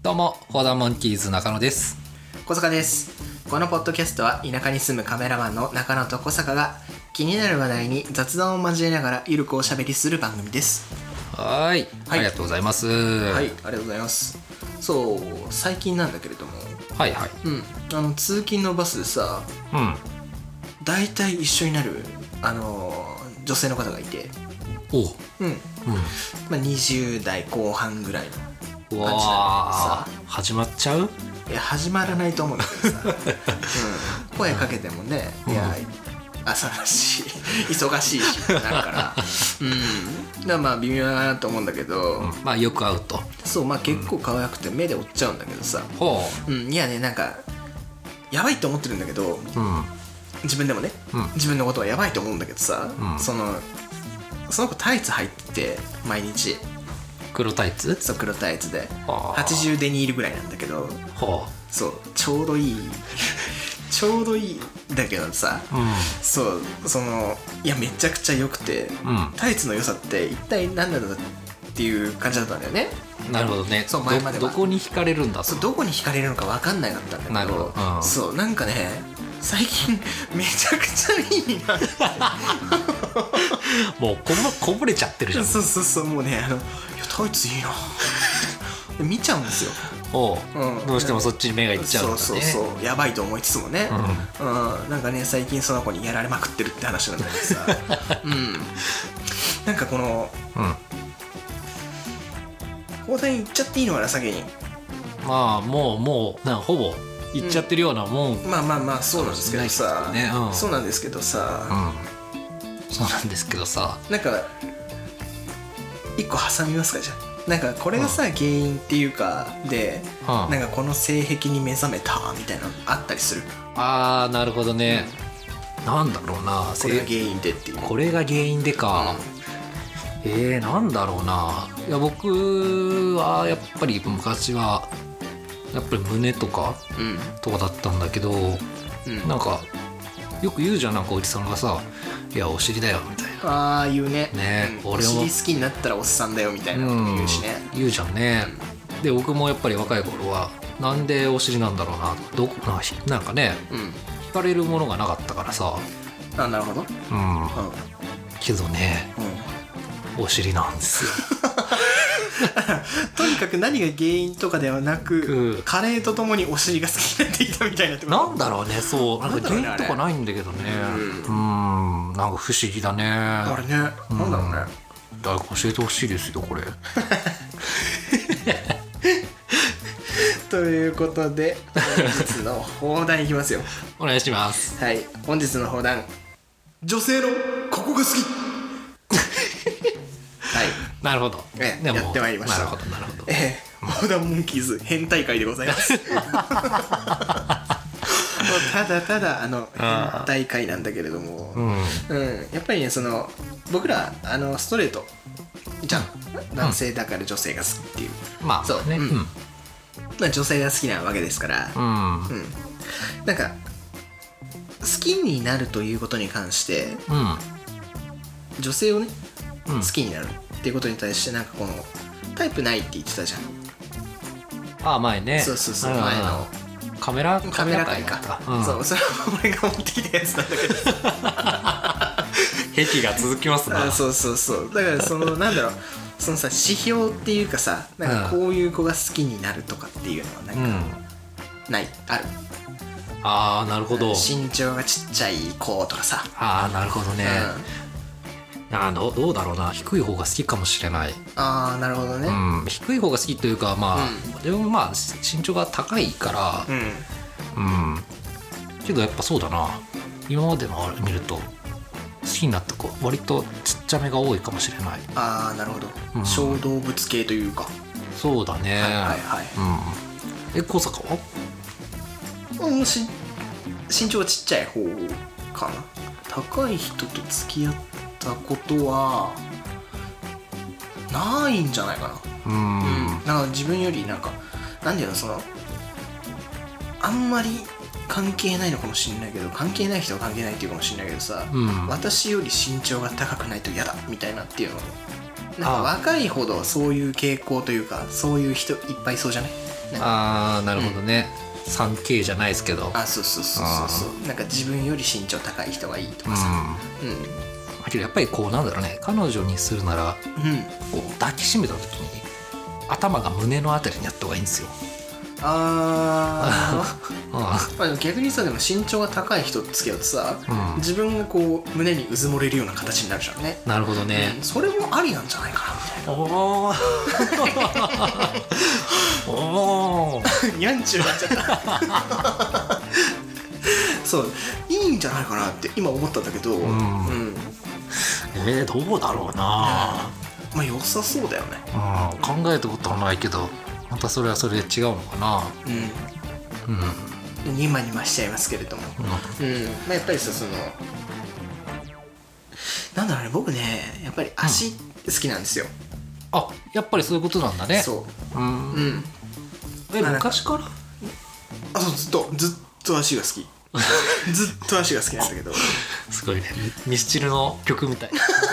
どうもフォーダーモンキーズ中野です。 小坂です。このポッドキャストは田舎に住むカメラマンの中野と小坂が気になる話題に雑談を交えながらゆるくおしゃべりする番組です。 はい、ありがとうございます。 はい、ありがとうございます。そう、最近なんだけれども、 はいはい、 通勤のバスでさ、だいたい一緒になる女性の方がいて、20代後半ぐらいの感じなんだけどさ、 始まっちゃう？ いや始まらないと思うんだけどさ、声かけてもね、いや朝だし忙しいしってなるからだからまあ微妙だなと思うんだけど、 まあよく会うと。 そう、まあ結構可愛くて目で追っちゃうんだけどさ、いやね、なんかやばいと思ってるんだけど、自分でもね、自分のことはやばいと思うんだけどさ、その子タイツ履いてて毎日黒タイツ？ そう、黒タイツで80デニールぐらいなんだけど、そうちょうどいいちょうどいいんだけどさ、そういやめちゃくちゃ良くて、タイツの良さって一体何なんだっていう感じだったんだよね。 なるほどね。 そう、前まではどこに惹かれるんだと。 そう、どこに惹かれるのか分かんなかったんだけど、 なるほど、 そうなんかね、最近めちゃくちゃいいなもうこぼれちゃってるじゃん。 そうもうね、いやタイツいいな見ちゃうんですよ。 どうしてもそっちに目がいっちゃうんだね。 そうやばいと思いつつもね、なんかね、最近その子にやられまくってるって話なんだけどさなんかこの放題言っちゃっていいのかな、先に。 まあもうほぼ言っちゃってるようなもん、 まあそうなんですけどさ、そうなんですけどさ、なんか一個挟みますか。じゃあなんかこれがさ、原因っていうかで、なんかこの性癖に目覚めたみたいなのあったりする？ あー、なるほどね、なんだろうな、 これが原因でっていう。 これが原因でか、なんだろうな。いや、僕はやっぱり昔はやっぱり胸とか、とかだったんだけど、なんかよく言うじゃん、なんかおじさんがさ、いやお尻だよみたいな。 言うね。 俺もお尻好きになったらおっさんだよみたいなこと言うしね。 言うじゃんね。で、僕もやっぱり若い頃はなんでお尻なんだろうな、なんかね、惹かれるものがなかったからさ。 なるほど。 けどね、お尻なんですよとにかく何が原因とかではなく、加齢とともにお尻が好きになっていたみたいなってこと。 なんだろうね。そう、なんか原因とかないんだけどね。なんか不思議だね。 あれね、なんだろうね。 誰か教えてほしいですよこれということで本日の放談いきますよお願いします。 はい、本日の放談、女性のここが好きはい、なるほど、やってまいりました。 なるほど放談モンキーズ変態会でございますただ変態会なんだけれども、やっぱりね、僕らストレートじゃん、男性だから女性が好きっていう、そうね、女性が好きなわけですから、なんか好きになるということに関して、女性をね、好きになるっていうことに対して、なんかこのタイプないって言ってたじゃん。 前ね。 そう前のカメラ会か。そう、それは俺が持ってきたやつなんだけど癖が続きますな。 そうだからなんだろう、そのさ、指標っていうかさ、なんかこういう子が好きになるとかっていうのはなんかないある？ なるほど。 身長がちっちゃい子とかさ。 なるほどね。どうだろうな、低い方が好きかもしれない。 なるほどね。 低い方が好きというか、でも身長が高いから、けどやっぱそうだな、今までの見ると好きになった子割とちっちゃめが多いかもしれない。 なるほど、小動物系というか。 そうだね。小坂は？ 身長がちっちゃい方かな。高い人と付き合ったことはないんじゃないかな。なんか自分よりなんていうの、あんまり関係ないのかもしれないけど、関係ない人は関係ないっていうかもしれないけどさ、私より身長が高くないと嫌だみたいなっていうのなんか若いほどそういう傾向というかそういう人いっぱいいそうじゃない？ ああなるほどね、3K じゃないですけど、 そうなんか自分より身長高い人がいいとかさ、 だけどやっぱりこうなんだろうね、彼女にするなら、こう抱きしめた時に頭が胸のあたりにあった方がいいんですよ。 逆にさ、でも身長が高い人と付き合うとさ、自分がこう胸にうずもれるような形になるじゃんね。 なるほどね、 それもありなんじゃないかなみたいな。おーにゃんちゅうになっちゃったそういいんじゃないかなって今思ったんだけど、どうだろうな。 まあ良さそうだよね。 考えたことはないけど、またそれはそれで違うのかな。 ニマニマしちゃいますけれども、やっぱりさ、そのなんだろうね、僕ねやっぱり足好きなんですよ。 やっぱりそういうことなんだね。 そう昔から？ ずっと足が好きずっと足が好きなんだけどすごいね、ミスチルの曲みたい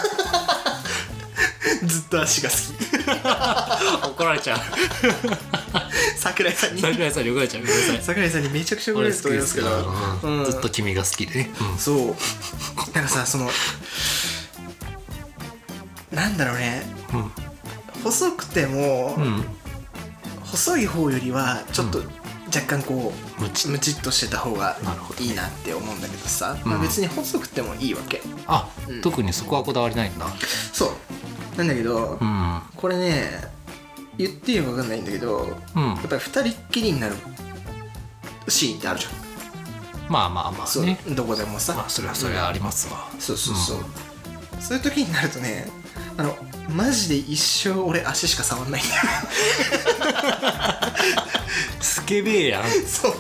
ずっと足が好き怒られちゃう桜井さんに怒られちゃう。 桜井さんにめちゃくちゃ怒られると思いますけど、 ずっと君が好きでね、 そうなんかさ、そのなんだろうね、細くても、細い方よりはちょっと若干こうムチっとしてた方がいいなって思うんだけどさ、別に細くてもいいわけ。 特にそこはこだわりないんだ。 そうなんだけど、これね言っていいか分かんないんだけど、やっぱり2人っきりになるシーンってあるじゃん。 まあね、 どこでもさ、 それはありますわ。 そういう時になるとね、マジで一生俺足しか触んないんだよスケベやん。 そう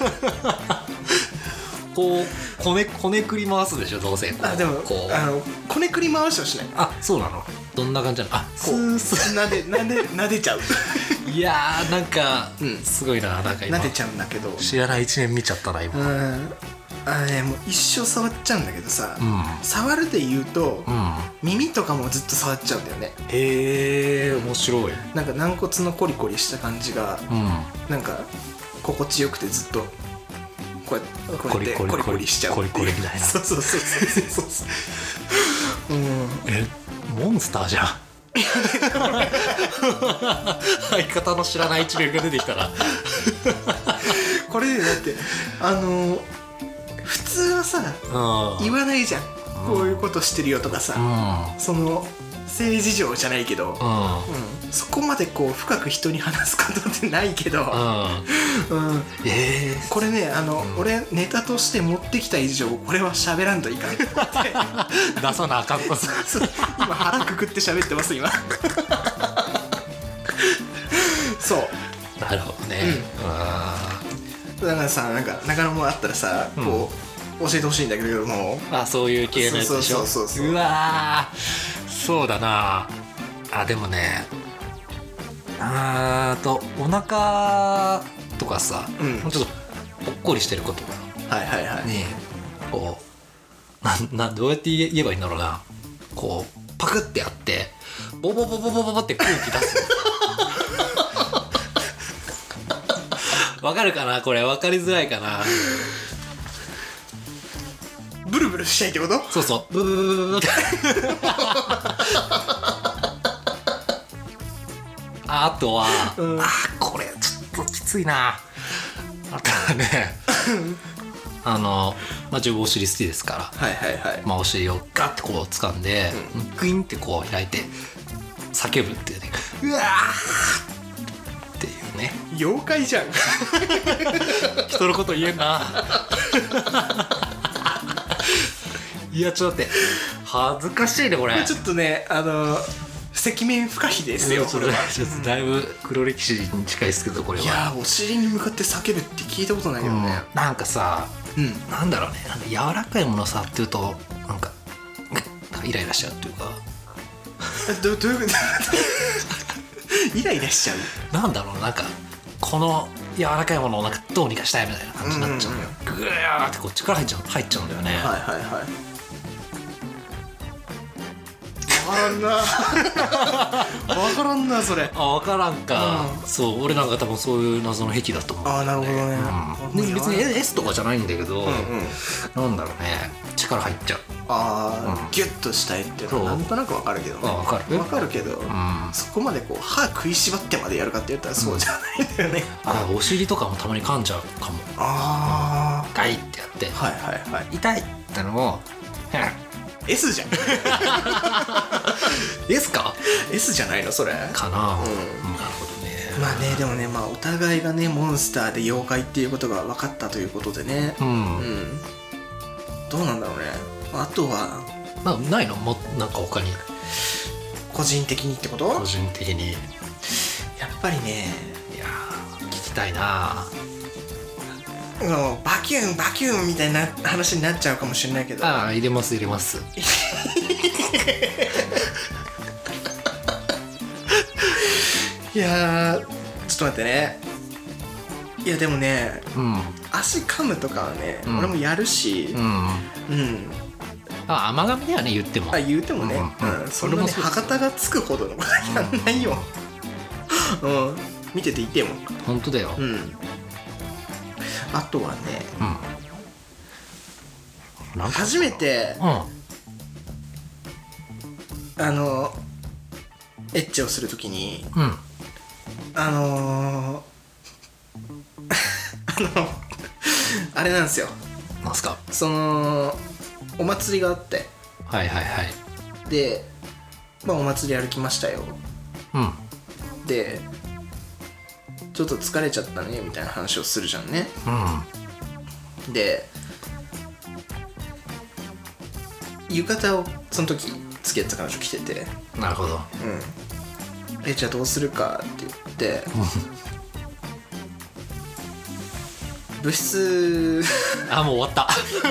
こうこねくり回すでしょ、どうせ。 でもこねくり回しはしない。 そうなの。どんな感じなの？ こうなでちゃういやーなんか、すごいな、なんか今なでちゃうんだけど、 知らない一面見ちゃったな今。 もう一生触っちゃうんだけどさ、触るで言うと、耳とかもずっと触っちゃうんだよね。 へえ、面白い。 なんか軟骨のコリコリした感じが、なんか心地よくてずっとこうやってコリコリしちゃう。 コリコリみたいな。 そうモンスターじゃん相方の知らない一面が出てきたらこれだって普通はさ、言わないじゃん、こういうことしてるよとかさ、その性事情じゃないけど、そこまでこう深く人に話すことってないけど、これね俺ネタとして持ってきた以上これは喋らんといかんと思って出さなあかんと今腹くくって喋ってます今そうなるほどね。 だからさ、なんか中野もあったらさ、こう教えてほしいんだけども、 そういう系のやつでしょ。うわー、そうだな。でもね、お腹とかさ、もうちょっとぽっこりしてることね、こうどうやって言えばいいんだろうな、こうパクってやってボボボボボボボって空気出すわかるかな、これ分かりづらいかな。 ブルブルしちゃいってこと？ そうブブブブブブってあとは、これちょっときついな。あとね自分お尻好きですから、お尻をガッてこう掴んで、グインってこう開いて叫ぶっていうね、うわーっていうね。 妖怪じゃん人のこと言えんないやちょっと待って、恥ずかしいねこれ。 ちょっとね赤面不可避ですよ。これはちょっとだいぶ黒歴史に近いですけど、これは。 いやお尻に向かって叫ぶって聞いたことないけどね。 なんかさ、なんだろうね、なんか柔らかいもの触ってるとなんかイライラしちゃうっていうかどういうことイライラしちゃう。 なんだろう、なんかこの柔らかいものをなんかどうにかしたいみたいな感じになっちゃうんだよ。グーってこう力入っちゃうんだよね。 からんな分からんなそれ。 分からんか、そう俺なんか多分そういう謎の癖だと思う。 なるほどね、 別に S とかじゃないんだけど、なんだろうね、力入っちゃう。 ギュッとしたいっていうのはなんとなく分かるけどね。分かるけど、そこまでこう歯食いしばってまでやるかって言ったらそうじゃないんだよね。 お尻とかもたまに噛んじゃうかも。ガイってやって、痛いってのも S じゃん S か S じゃないのそれかな。なるほどね。 まあね、でもね、お互いがねモンスターで妖怪っていうことが分かったということでね、どうなんだろうね。あとはないのもなんか他に個人的にってこと？ 個人的にやっぱりね、 いや聞きたいな。 バキュンバキュンみたいな話になっちゃうかもしれないけど、 入れますいやーちょっと待ってね。いやでもね、足噛むとかはね、俺もやるし、 甘噛みだよね言っても。 言うてもね、それもね博多がつくほどのことやんないよ。見てていても本当だよ。 あとはね、初めてエッチをするときにあれなんですよ。 なんすか？ お祭りがあって、でお祭り歩きましたよ。でちょっと疲れちゃったねみたいな話をするじゃんね。で浴衣をその時付き合ってた彼女着てて、 なるほど。 じゃあどうするかって言って部室もう終わった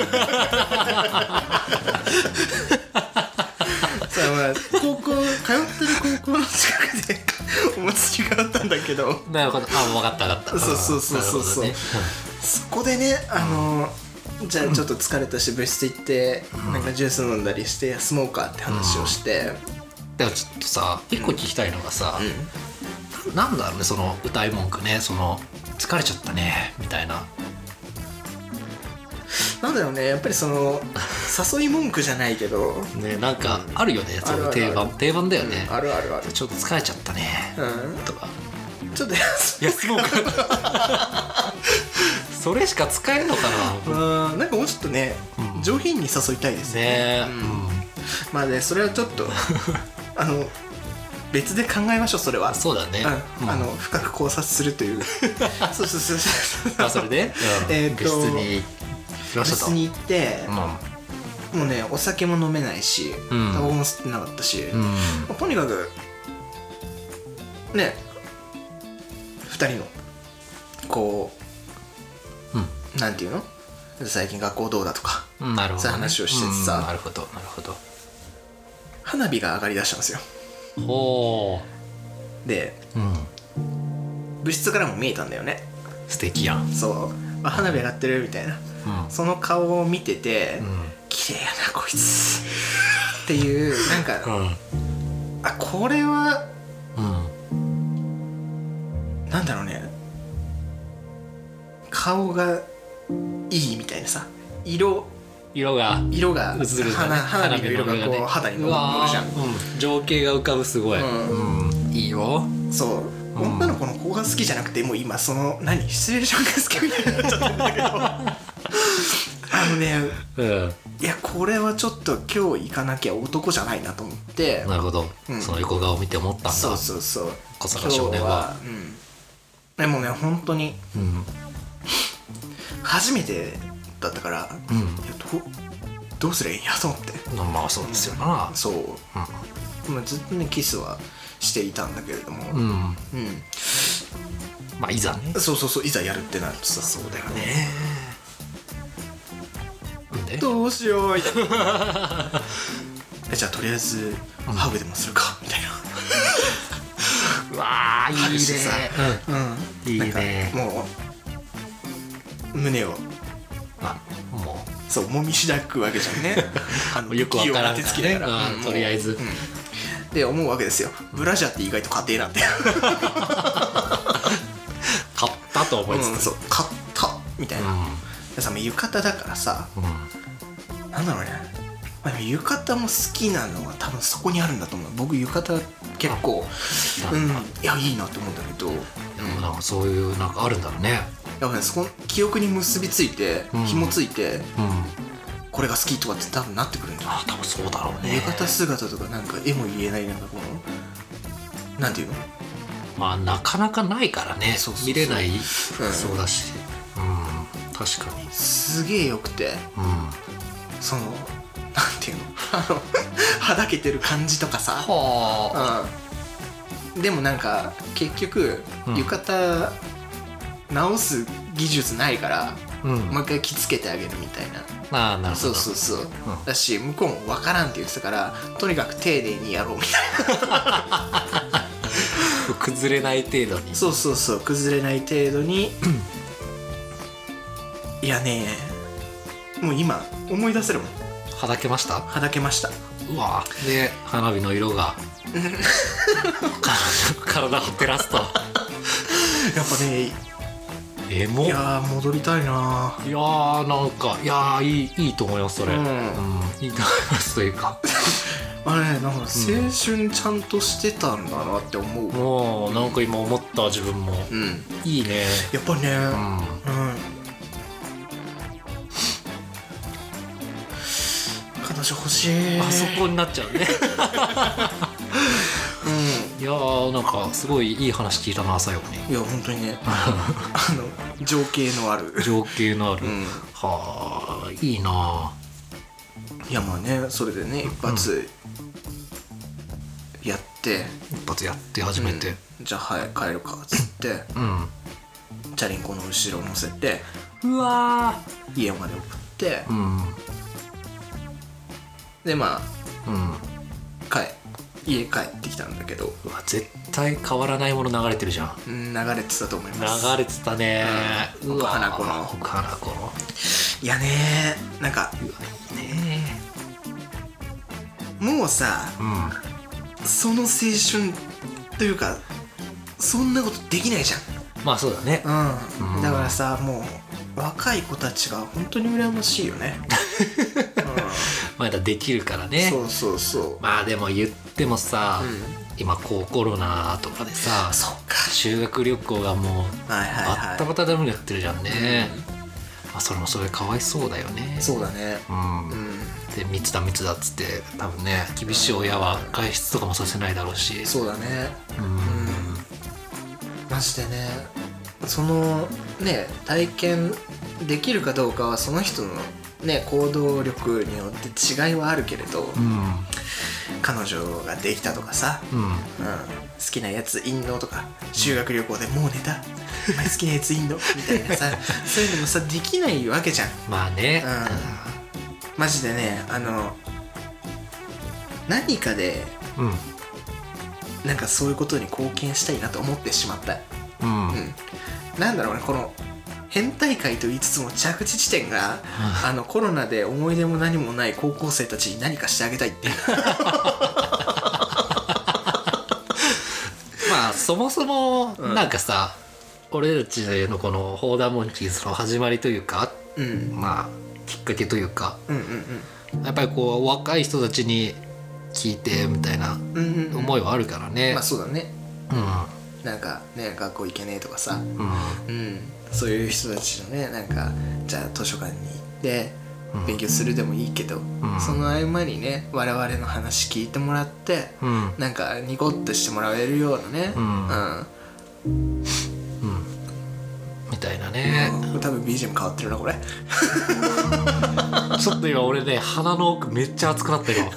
さあ高校通ってる高校の近くでお祭りがあったんだけど。 なるほど。分かったそう、そこでねじゃあちょっと疲れたし部室行ってなんかジュース飲んだりして休もうかって話をして、 でもちょっとさ一個聞きたいのがさ、なんだろうねその歌い文句ね、疲れちゃったねみたいな。 なんだろうね、やっぱり誘い文句じゃないけどね、なんかあるよね、その定番だよね。 あるちょっと疲れちゃったねとか、 ちょっと休もうかそれしか使えるのかな。なんかもうちょっとね、上品に誘いたいですね。まあね、それはちょっと別で考えましょう。それはそうだね。 深く考察するというそうそれで部室に行って、もうねお酒も飲めないしタバコも吸ってなかったし、とにかくね2人のこうなんていうの、最近学校どうだとか、そういう話をしててさ、 なるほど花火が上がりだしたんですよ。で、部室からも見えたんだよね。 素敵やん。 そう花火上がってるみたいな、その顔を見てて、綺麗やなこいつっていうなんか、これは、なんだろうね、顔がいいみたいなさ、色が映る、花火の色がこう肌に乗るじゃん。 情景が浮かぶ。すごい、いいよ。 そう、女の子の子が好きじゃなくて、もう今シチュエーションが好きみたいになっちゃってるんだけどいやこれはちょっと今日行かなきゃ男じゃないなと思って。 なるほど、その横顔を見て思ったんだ。 そう小坂少年は。 でもね本当に、初めてだったから、どうすりゃいいんやと思って。 まあそうですよな。 そう、ずっとねキスはしていたんだけれども、 まあいざね、 そういざやるってなるとさ、 そうだよね。 どうしようじゃあとりあえずハグでもするかみたいな。 うわーいいね。いいね。 もう胸をもうもみしだくわけじゃんね。 よくわからんからね。とりあえずって思うわけですよ。ブラジャーって意外と家庭なんて買ったと思いつつ、 そう買ったみたいな、でさ浴衣だからさ、なんだろうね、浴衣も好きなのは多分そこにあるんだと思う。僕浴衣結構いやいいなと思うんだけど、 なんかそういうなんかあるんだろうね。 やっぱね、そこ記憶に結びついて、紐ついて、これが好きとかって多分なってくるんだよ。 多分そうだろうね。 浴衣姿とかなんか絵も言えない、なんかこのなんていうの、 まあなかなかないからね。見れないそうだし、確かにすげえよくて、そのなんていうのはだけてる感じとかさ、でもなんか結局浴衣直す技術ないから、もう一回着付けてあげるみたいな。 なるほど。 そう、だし向こうも分からんって言ってたから、とにかく丁寧にやろうみたいな崩れない程度に。 そう崩れない程度にいやね、もう今思い出せるもん。 はだけました。うわで花火の色が体を照らすとやっぱね、いや戻りたいな。 いやなんかいいと思いますそれ。いいと思いますというかあれなんか青春ちゃんとしてたんだなって思う。 もうなんか今思った自分も、いいねやっぱね。彼女欲しい。 あそこになっちゃうねいやなんかすごいいい話聞いたな最後に。 いや本当にね情景のあるはあいいな。 いやまあね、それでね一発やって初めて、 じゃあはい帰るかっつって、チャリンコの後ろ乗せてうわ家まで送って、でまあ家帰ってきたんだけど、 絶対変わらないもの流れてるじゃん。 流れてたと思います。 流れてたね。 奥花子のいやねなんかもうさ、その青春というかそんなことできないじゃん。 まあそうだね。 だからさ、もう若い子たちが本当に羨ましいよねまだできるからね。 そうまあでも言ってもさ、今コロナとかでさ、修学旅行がもうバッタバタダメになってるじゃんね。それもそれかわいそうだよね。 そうだね。 で密だっつって多分ね、厳しい親は外出とかもさせないだろうし。 そうだね。マジでね、そのね体験できるかどうかはその人のね行動力によって違いはあるけれど、彼女ができたとかさ、好きなやついんのとか、修学旅行でもう寝たお前好きなやついんのみたいなさそういうのもさできないわけじゃん。 まあね、 マジでね何かで、なんかそういうことに貢献したいなと思ってしまった。なんだろうね、この変態会と言いつつも着地地点がコロナで思い出も何もない高校生たちに何かしてあげたいっていうまあそもそもなんかさ、俺たちのこのホーダーモンキーズの始まりというか、まあきっかけというか、やっぱりこう若い人たちに聞いてみたいな思いはあるからね。 まあそうだね。なんかね学校行けねえとかさ、そういう人たちのね、なんかじゃあ図書館に行って勉強するでもいいけど、その合間にね我々の話聞いてもらって、なんかニコッとしてもらえるようなね、 みたいなね。 多分 BGM 変わってるなこれちょっと今俺ね鼻の奥めっちゃ熱くなったよ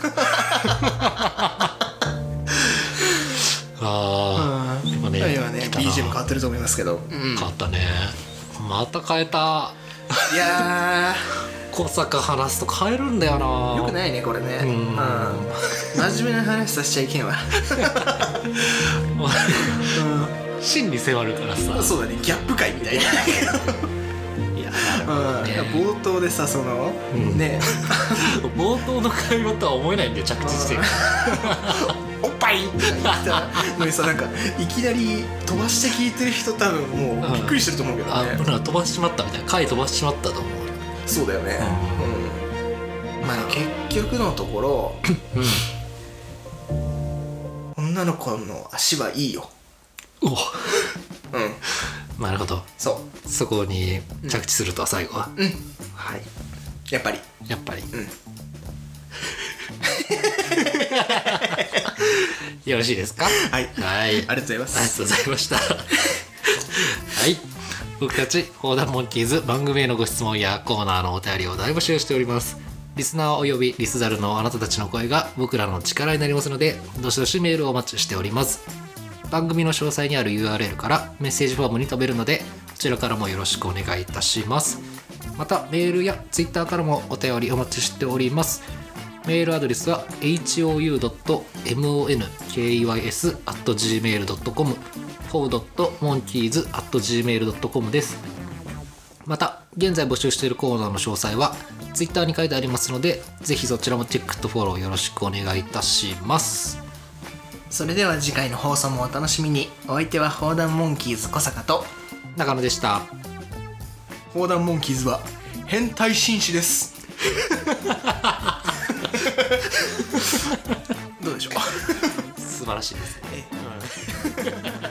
今ね BGM 変わってると思いますけど、 変わったね。また変えた。 いや小坂話すと変えるんだよな。 よくないねこれね。真面目な話させちゃいけんわ真に迫るからさ。 そうだね、ギャップ界みたいないや冒頭でさその、ね冒頭の会話とは思えないんで着地しておっぱいって言ったのにさなんかいきなり飛ばして聞いてる人多分もうびっくりしてると思うけどね、 飛ばしちまったみたいな回飛ばしちまったと思う。 そうだよね、まあ結局のところ、女の子の足はいいよ。 なるほど。そこに着地すると最後は、 はい、やっぱりよろしいですか。 はい、ありがとうございます。 ありがとうございましたはい、僕たち砲弾モンキーズ、番組へのご質問やコーナーのお便りを大募集しております。リスナーおよびリスザルのあなたたちの声が僕らの力になりますので、どしどしメールをお待ちしております。番組の詳細にある URL からメッセージフォームに飛べるので、こちらからもよろしくお願いいたします。またメールや Twitter からもお便りお待ちしております。メールアドレスは hou.monkeys@gmail.com how.monkeys@gmail.com です。また現在募集しているコーナーの詳細は Twitter に書いてありますので、ぜひそちらもチェックとフォローよろしくお願いいたします。 それでは次回の放送もお楽しみに。お相手は砲弾モンキーズ小坂と中野でした。 砲弾モンキーズは変態紳士ですどうでしょう素晴らしいですね